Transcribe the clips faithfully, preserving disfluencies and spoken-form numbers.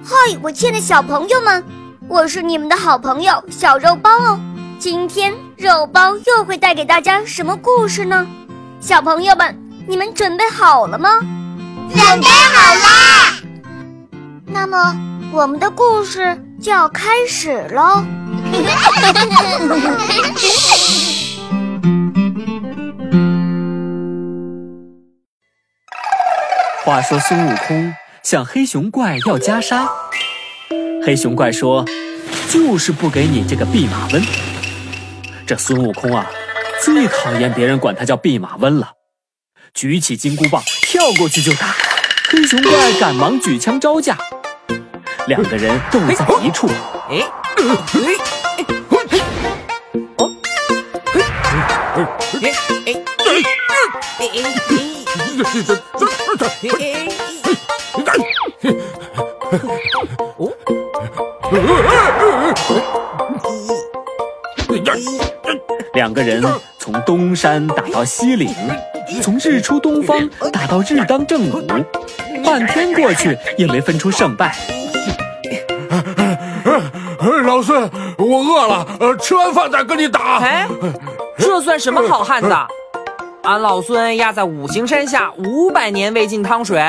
嗨，我亲爱的小朋友们，我是你们的好朋友小肉包哦。今天肉包又会带给大家什么故事呢？小朋友们，你们准备好了吗？ 准备好啦！ 那么我们的故事就要开始喽。 话说孙悟空向黑熊怪要袈裟，黑熊怪说就是不给你这个弼马温。这孙悟空啊，最讨厌别人管他叫弼马温了，举起金箍棒跳过去就打。黑熊怪赶忙举枪招架，两个人斗在一处。哎， 哦，哎哎两个人从东山打到西岭，从日出东方打到日当正午，半天过去也没分出胜败。 老孙，我饿了，呃，吃完饭再跟你打。 哎，这算什么好汉子？俺老孙压在五行山下五百年未进汤水，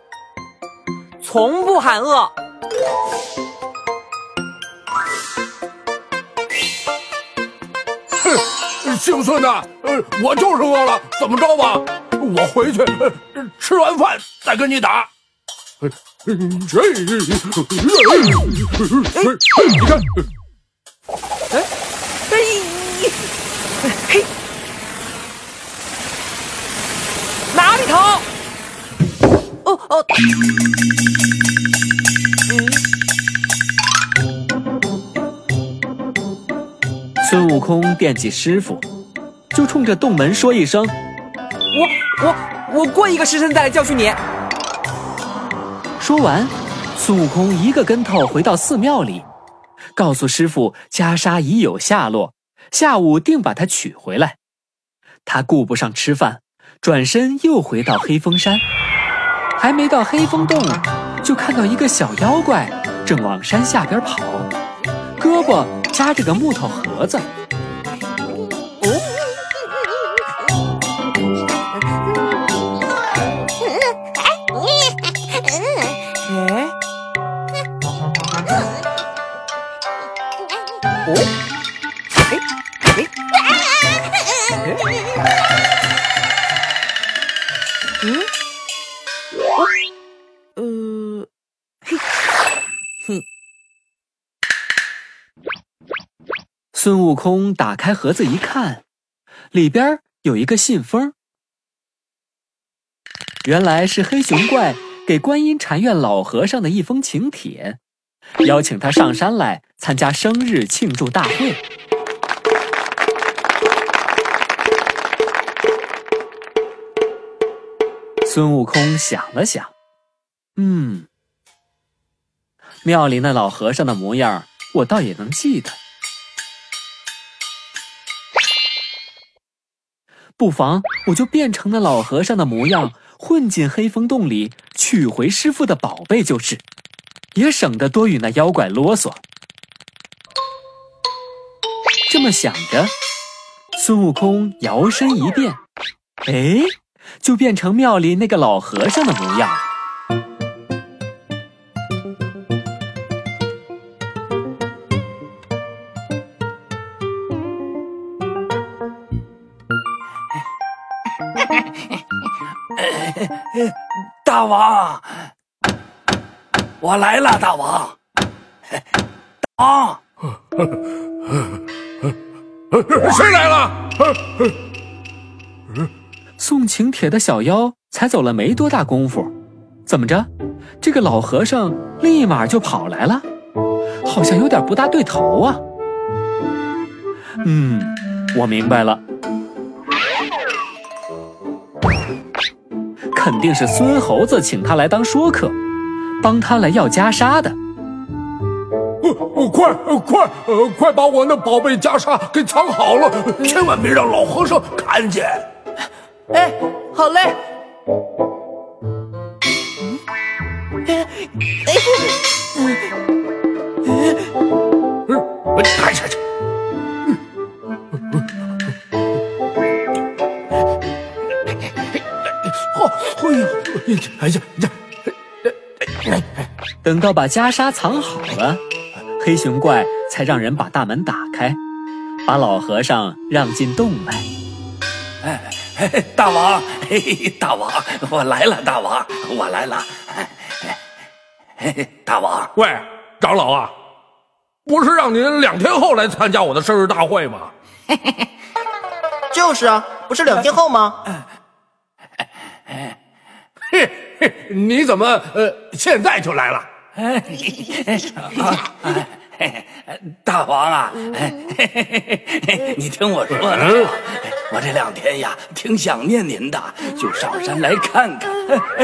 从不喊饿。 哼，姓孙的，呃，我就是饿了，怎么着吧？我回去，呃、吃完饭再跟你打。这，你看， 哎，哎，嘿，哪里逃？哦哦， 孙悟空惦记师傅，就冲着洞门说一声：“ 我我我过一个时辰再来教训你。” 说完，孙悟空一个跟头回到寺庙里，告诉师傅袈裟已有下落，下午定把它取回来。他顾不上吃饭，转身又回到黑风山。还没到黑风洞，就看到一个小妖怪正往山下边跑，胳膊夹着个木头盒子。哦， 哦，哎哎，嗯，哦，呃，嘿，哼。 孙悟空打开盒子一看，里边有一个信封，原来是黑熊怪给观音禅院老和尚的一封请帖，邀请他上山来参加生日庆祝大会。孙悟空想了想，嗯，庙里那老和尚的模样我倒也能记得，不妨我就变成那老和尚的模样，混进黑风洞里取回师父的宝贝就是，也省得多与那妖怪啰嗦。这么想着，孙悟空摇身一变，哎，就变成庙里那个老和尚的模样。 大王，我来了，大王。大王，谁来了？ 送请帖的小妖才走了没多大功夫，怎么着？这个老和尚立马就跑来了，好像有点不大对头啊。嗯，我明白了。肯定是孙猴子请他来当说客，帮他来要袈裟的。 呃，快快呃，快把我那宝贝袈裟给藏好了，千万别让老和尚看见。 哎，好嘞。嗯，哎，哎， 等到把袈裟藏好了，黑熊怪才让人把大门打开，把老和尚让进洞来。 哎，大王，嘿嘿，大王，我来了，大王，我来了。嘿嘿，大王，喂，长老啊，不是让您两天后来参加我的生日大会吗？ 就是啊，不是两天后吗？ 嘿嘿，你怎么呃现在就来了？大王啊，你听我说呢，我这两天呀挺想念您的，就上山来看看。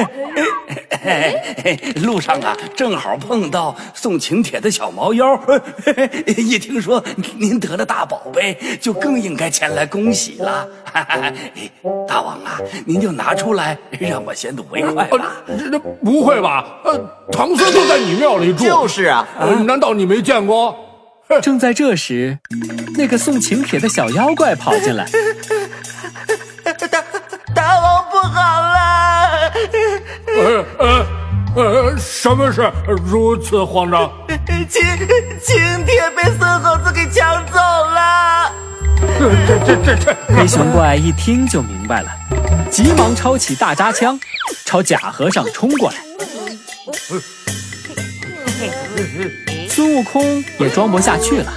路上啊正好碰到送请帖的小毛妖，一听说您得了大宝贝，就更应该前来恭喜了。大王啊，您就拿出来让我先睹为快吧。这这不会吧？呃，唐僧就在你庙里住。 就是啊， 呃，难道你没见过？ 正在这时，那个送请帖的小妖怪跑进来。 大大王不好了！ 呃呃呃，什么事如此慌张？ 请请帖被孙猴子给抢走了！ 这这这这！ 黑熊怪一听就明白了，急忙抄起大扎枪，朝假和尚冲过来。孙悟空也装不下去了，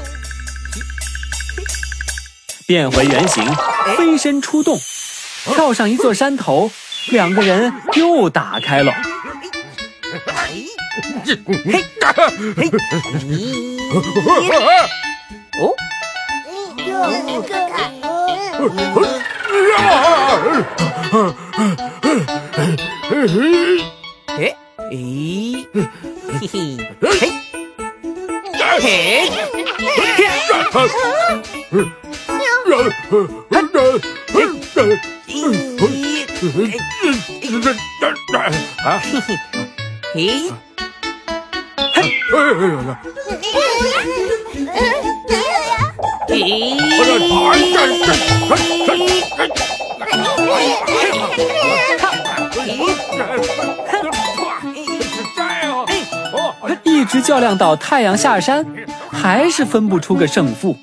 变回原形，飞身出洞，跳上一座山头，两个人又打开了。 这嘿，嘿，哦，哎，咦，嘿嘿，嘿。嘿， 一直较量到太阳下山，还是分不出个胜负。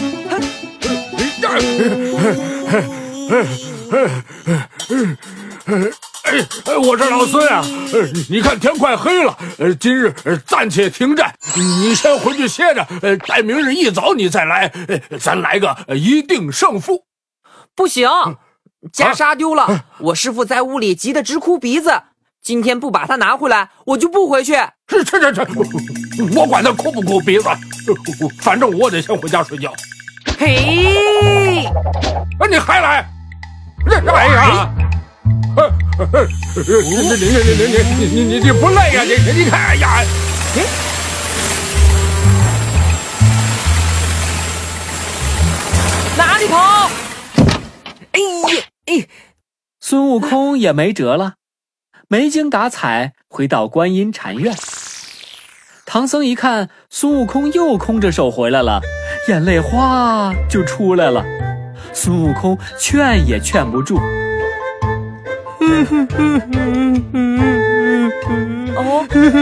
哎，我这老孙啊，你看天快黑了，今日暂且停战，你先回去歇着，待明日一早你再来，咱来个一定胜负。 不行，袈裟丢了，我师父在屋里急得直哭鼻子。今天不把它拿回来，我就不回去。 这这这这，我管他哭不哭鼻子，反正我得先回家睡觉。 嘿， 你还来？这哎呀！你你你你你你你你不累呀？你你看，哎呀！哎， 哪里跑？哎呀哎！ 孙悟空也没辙了。没精打采回到观音禅院，唐僧一看孙悟空又空着手回来了，眼泪哗就出来了。孙悟空劝也劝不住。 哦，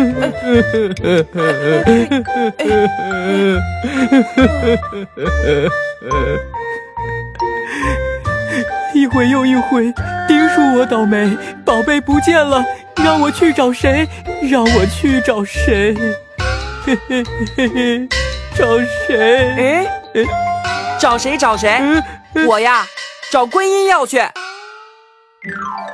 一回又一回，丁叔我倒霉，宝贝不见了，让我去找谁？让我去找谁？嘿嘿嘿嘿，找谁？ 哎，找谁？找谁？ 嗯、 我呀，找观音要去。